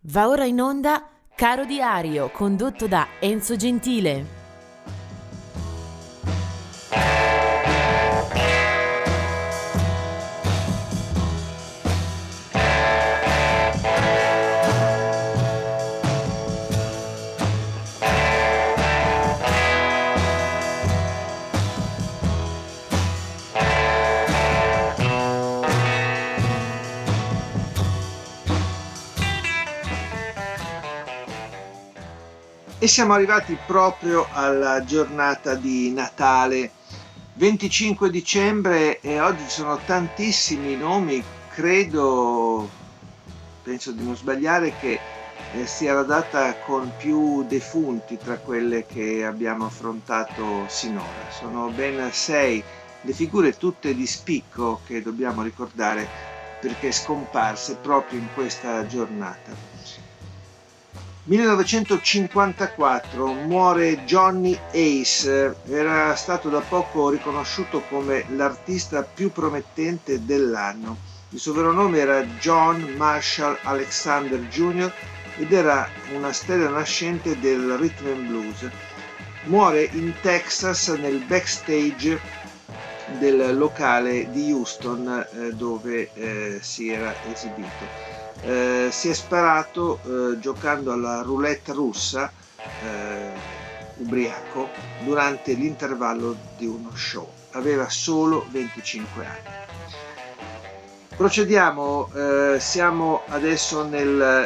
Va ora in onda Caro Diario, condotto da Enzo Gentile. E siamo arrivati proprio alla giornata di Natale, 25 dicembre, e oggi ci sono tantissimi nomi, penso di non sbagliare, che sia la data con più defunti tra quelle che abbiamo affrontato sinora. Sono ben 6 le figure, tutte di spicco, che dobbiamo ricordare perché scomparse proprio in questa giornata. 1954 muore Johnny Ace, era stato da poco riconosciuto come l'artista più promettente dell'anno. Il suo vero nome era John Marshall Alexander Jr. ed era una stella nascente del rhythm and blues. Muore in Texas nel backstage del locale di Houston dove si era esibito. Si è sparato giocando alla roulette russa, ubriaco, durante l'intervallo di uno show. Aveva solo 25 anni. Procediamo, siamo adesso nel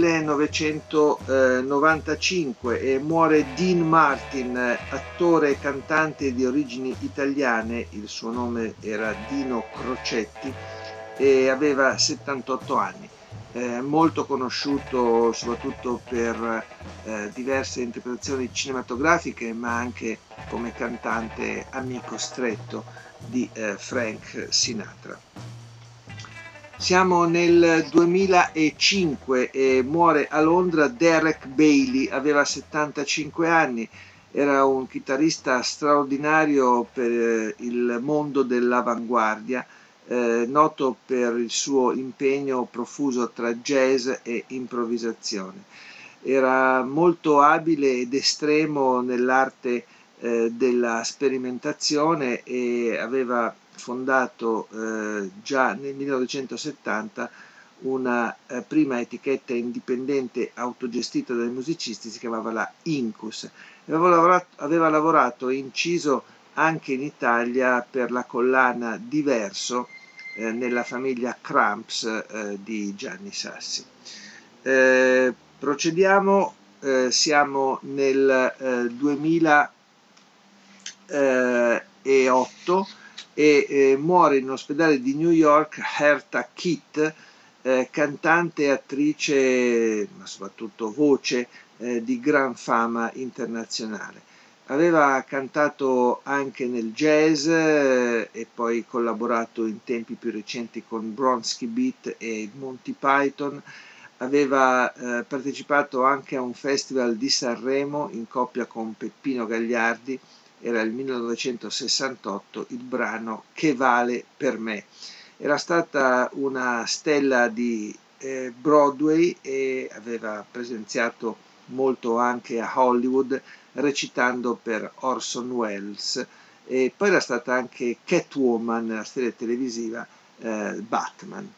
1995 e muore Dean Martin, attore e cantante di origini italiane. Il suo nome era Dino Crocetti e aveva 78 anni. Molto conosciuto soprattutto per diverse interpretazioni cinematografiche, ma anche come cantante amico stretto di Frank Sinatra. Siamo nel 2005 e muore a Londra Derek Bailey, aveva 75 anni, era un chitarrista straordinario per il mondo dell'avanguardia, noto per il suo impegno profuso tra jazz e improvvisazione. Era molto abile ed estremo nell'arte della sperimentazione e aveva fondato già nel 1970 una prima etichetta indipendente autogestita dai musicisti, si chiamava la Incus. Aveva lavorato e inciso anche in Italia per la collana Diverso nella famiglia Cramps di Gianni Sassi. Procediamo, siamo nel 2008 e muore in un ospedale di New York Hertha Kitt, cantante e attrice, ma soprattutto voce di gran fama internazionale. Aveva cantato anche nel jazz e poi collaborato in tempi più recenti con Bronski Beat e Monty Python. Aveva partecipato anche a un festival di Sanremo in coppia con Peppino Gagliardi. Era il 1968, il brano Che vale per me. Era stata una stella di Broadway e aveva presenziato molto anche a Hollywood recitando per Orson Welles, e poi era stata anche Catwoman nella serie televisiva Batman.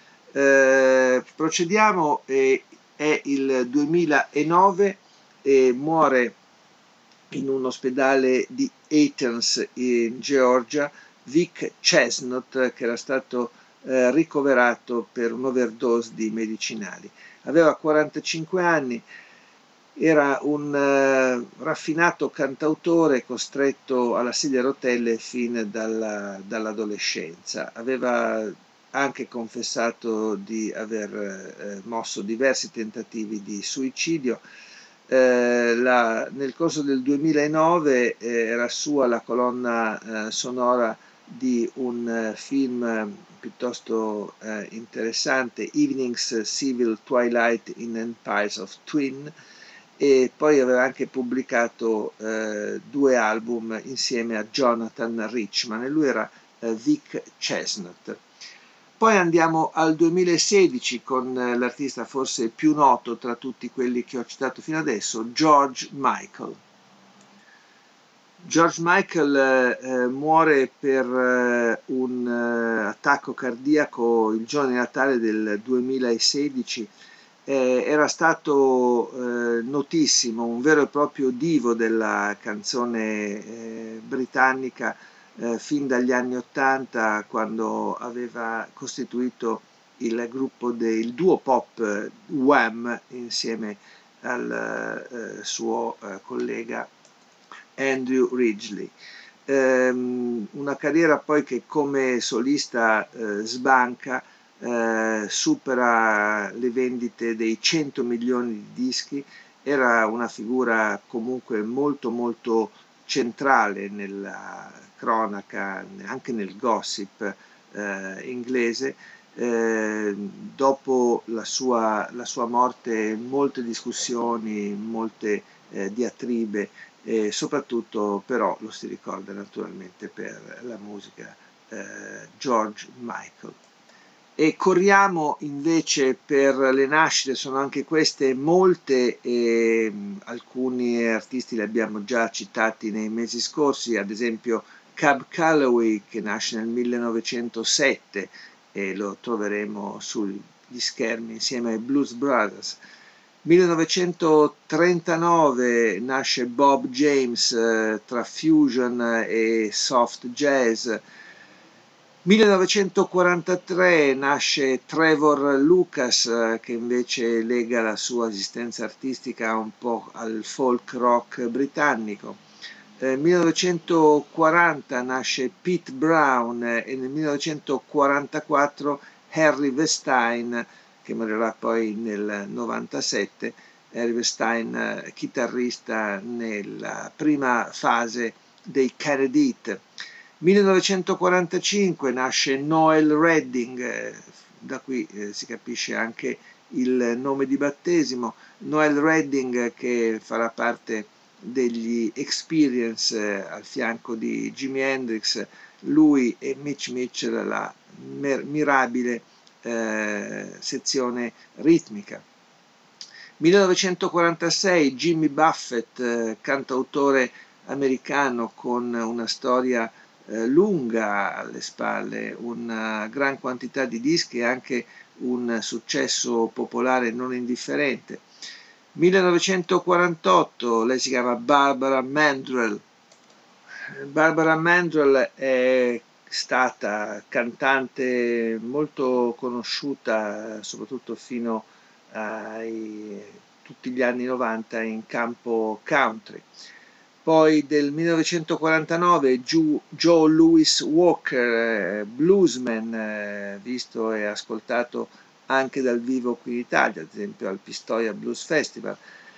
Procediamo, è il 2009 e muore in un ospedale di Athens in Georgia Vic Chesnut, che era stato ricoverato per un'overdose di medicinali. Aveva 45 anni, era un raffinato cantautore costretto alla sedia a rotelle fin dall'adolescenza. Aveva anche confessato di aver mosso diversi tentativi di suicidio. Nel corso del 2009 era sua la colonna sonora di un film piuttosto interessante, Evenings Civil Twilight in Empires of Twin, e poi aveva anche pubblicato 2 album insieme a Jonathan Richman, e lui era Vic Chesnut. Poi andiamo al 2016 con l'artista forse più noto tra tutti quelli che ho citato fino adesso, George Michael. George Michael muore per un attacco cardiaco il giorno di Natale del 2016. Era stato notissimo, un vero e proprio divo della canzone britannica fin dagli anni '80, quando aveva costituito il gruppo del duo pop Wham insieme al suo collega Andrew Ridgeley. Una carriera poi che come solista sbanca, supera le vendite dei 100 milioni di dischi. Era una figura comunque molto molto centrale nella cronaca, anche nel gossip inglese. Dopo la sua morte molte discussioni, molte diatribe, e soprattutto però lo si ricorda naturalmente per la musica George Michael. E corriamo invece per le nascite, sono anche queste molte, e alcuni artisti li abbiamo già citati nei mesi scorsi, ad esempio Cab Calloway, che nasce nel 1907 e lo troveremo sugli schermi insieme ai Blues Brothers. 1939 nasce Bob James, tra fusion e soft jazz. 1943 nasce Trevor Lucas, che invece lega la sua esistenza artistica un po' al folk rock britannico. 1940 nasce Pete Brown e nel 1944 Harry Weinstein, che morirà poi nel 97. Harry Weinstein, chitarrista nella prima fase dei Kennedy Heat. 1945 nasce Noel Redding, da qui si capisce anche il nome di battesimo, Noel Redding, che farà parte degli Experience al fianco di Jimi Hendrix, lui e Mitch Mitchell, la mirabile sezione ritmica. 1946 Jimmy Buffett, cantautore americano con una storia lunga alle spalle, una gran quantità di dischi e anche un successo popolare non indifferente. 1948 lei si chiama Barbara Mandrell. Barbara Mandrell è stata cantante molto conosciuta, soprattutto fino a tutti gli anni 90 in campo country. Poi del 1949 Joe Louis Walker, bluesman, visto e ascoltato anche dal vivo qui in Italia, ad esempio al Pistoia Blues Festival.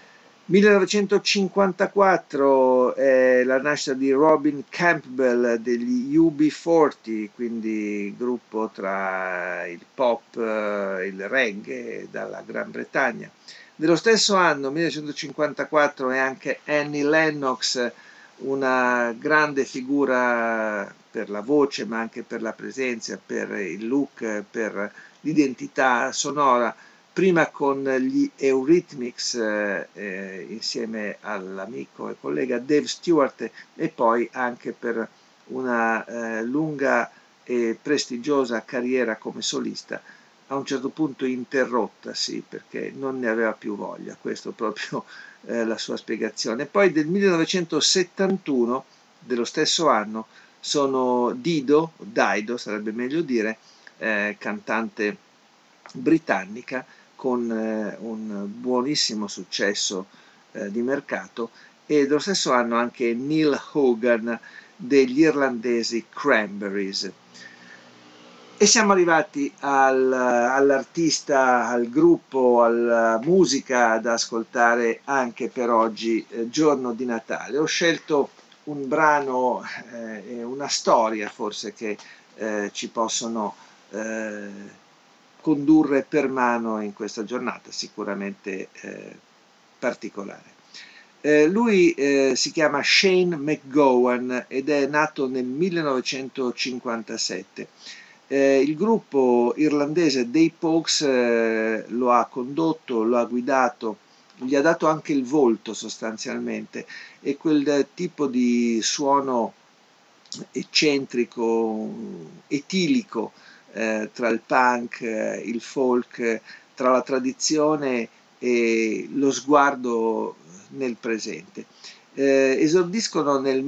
1954 è la nascita di Robin Campbell degli UB40, quindi gruppo tra il pop e il reggae dalla Gran Bretagna. Nello stesso anno, 1954, è anche Annie Lennox, una grande figura per la voce, ma anche per la presenza, per il look, per l'identità sonora, prima con gli Eurythmics insieme all'amico e collega Dave Stewart, e poi anche per una lunga e prestigiosa carriera come solista, a un certo punto interrottasi perché non ne aveva più voglia, questo proprio la sua spiegazione. Poi del 1971, dello stesso anno, sono Dido sarebbe meglio dire, cantante britannica con un buonissimo successo di mercato, e dello stesso anno anche Neil Hogan degli irlandesi Cranberries. E siamo arrivati all'artista, al gruppo, alla musica da ascoltare anche per oggi, giorno di Natale. Ho scelto un brano e una storia forse che ci possono condurre per mano in questa giornata sicuramente particolare. Lui si chiama Shane MacGowan ed è nato nel 1957. Il gruppo irlandese dei Pogues lo ha condotto, lo ha guidato, gli ha dato anche il volto sostanzialmente, e quel tipo di suono eccentrico, etilico, tra il punk, il folk, tra la tradizione e lo sguardo nel presente. Esordiscono nel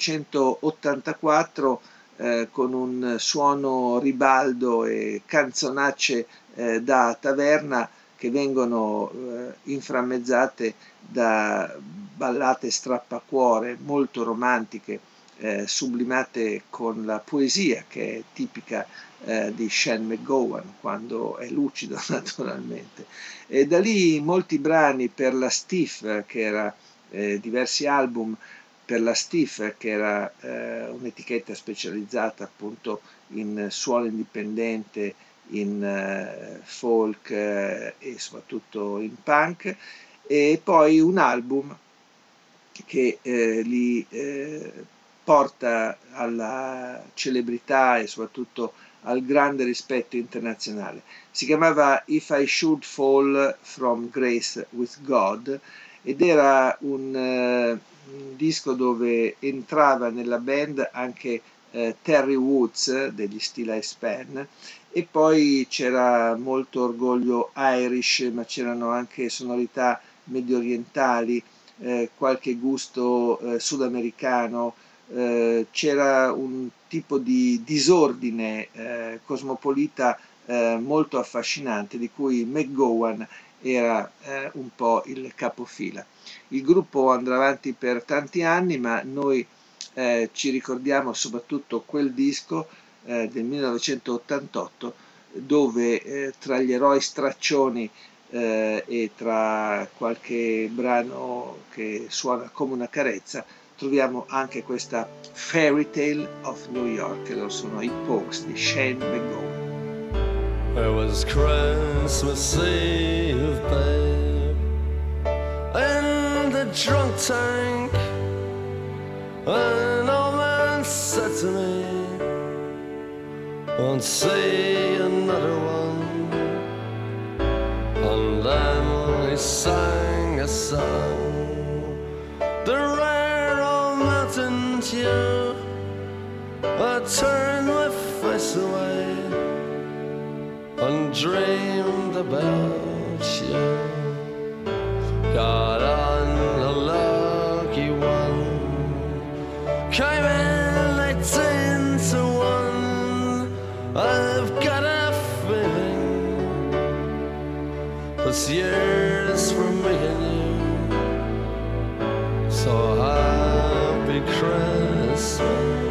1984 con un suono ribaldo e canzonacce da taverna che vengono inframmezzate da ballate strappacuore molto romantiche, sublimate con la poesia che è tipica di Shane MacGowan quando è lucido naturalmente. E da lì molti brani per la Stiff, che era diversi album per la Stiff, che era un'etichetta specializzata appunto in suono indipendente, in folk e soprattutto in punk, e poi un album che li porta alla celebrità e soprattutto al grande rispetto internazionale. Si chiamava If I Should Fall from Grace with God ed era un disco dove entrava nella band anche Terry Woods degli Steel Eyes Pen, e poi c'era molto orgoglio Irish, ma c'erano anche sonorità medio orientali, qualche gusto sudamericano, c'era un tipo di disordine cosmopolita molto affascinante di cui MacGowan era un po' il capofila. Il gruppo andrà avanti per tanti anni, ma noi ci ricordiamo soprattutto quel disco del 1988 dove tra gli eroi straccioni e tra qualche brano che suona come una carezza troviamo anche questa Fairy Tale of New York, che sono i Pogues di Shane MacGowan. It was Christmas Eve, babe, in the drunk tank. An old man said to me, won't see another one. And then he sang a song, the rare old mountain dew. I turned my face away and dreamed about you. Got on a lucky one, came in 18 to 1. I've got a feeling this year's for me and you. So happy Christmas,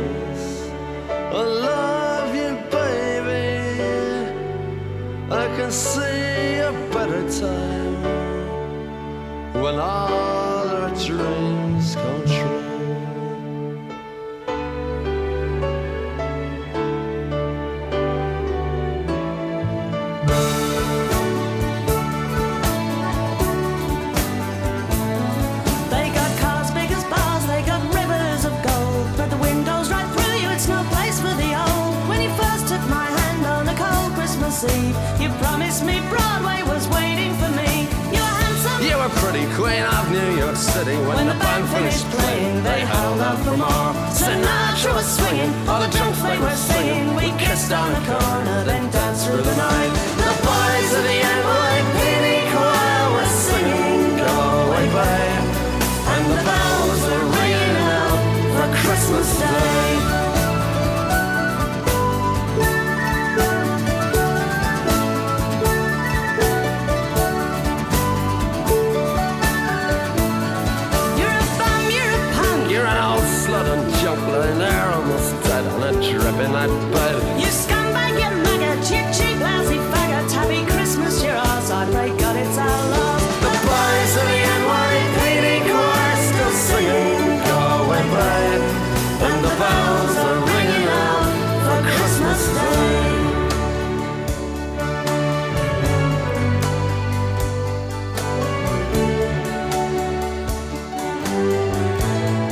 I love you, baby. I can see a better time when all our dreams come true. You promised me Broadway was waiting for me. You were handsome, You were pretty queen of New York City. When the band finished playing, they held out for more. Sinatra was swinging, all the drunks they were singing. We kissed on the corner, then danced through the night. The boys of the NYPD choir were singing, go away, babe. And the bells were ringing out for Christmas Day. Dripping that bed. You scumbag, you maggot, you cheap, lousy faggot. Happy Christmas, you're ours, I pray God it's our love. The boys of the NYPD choir still singing, go away, babe. And the bells are ringing out for Christmas Day.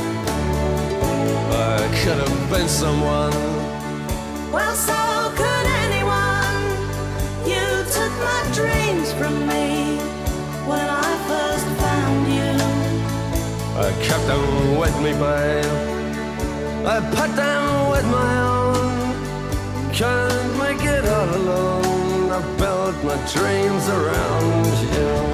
I could have been someone. Well, so could I kept them with me, babe. I put them with my own. Can't make it all alone. I built my dreams around you.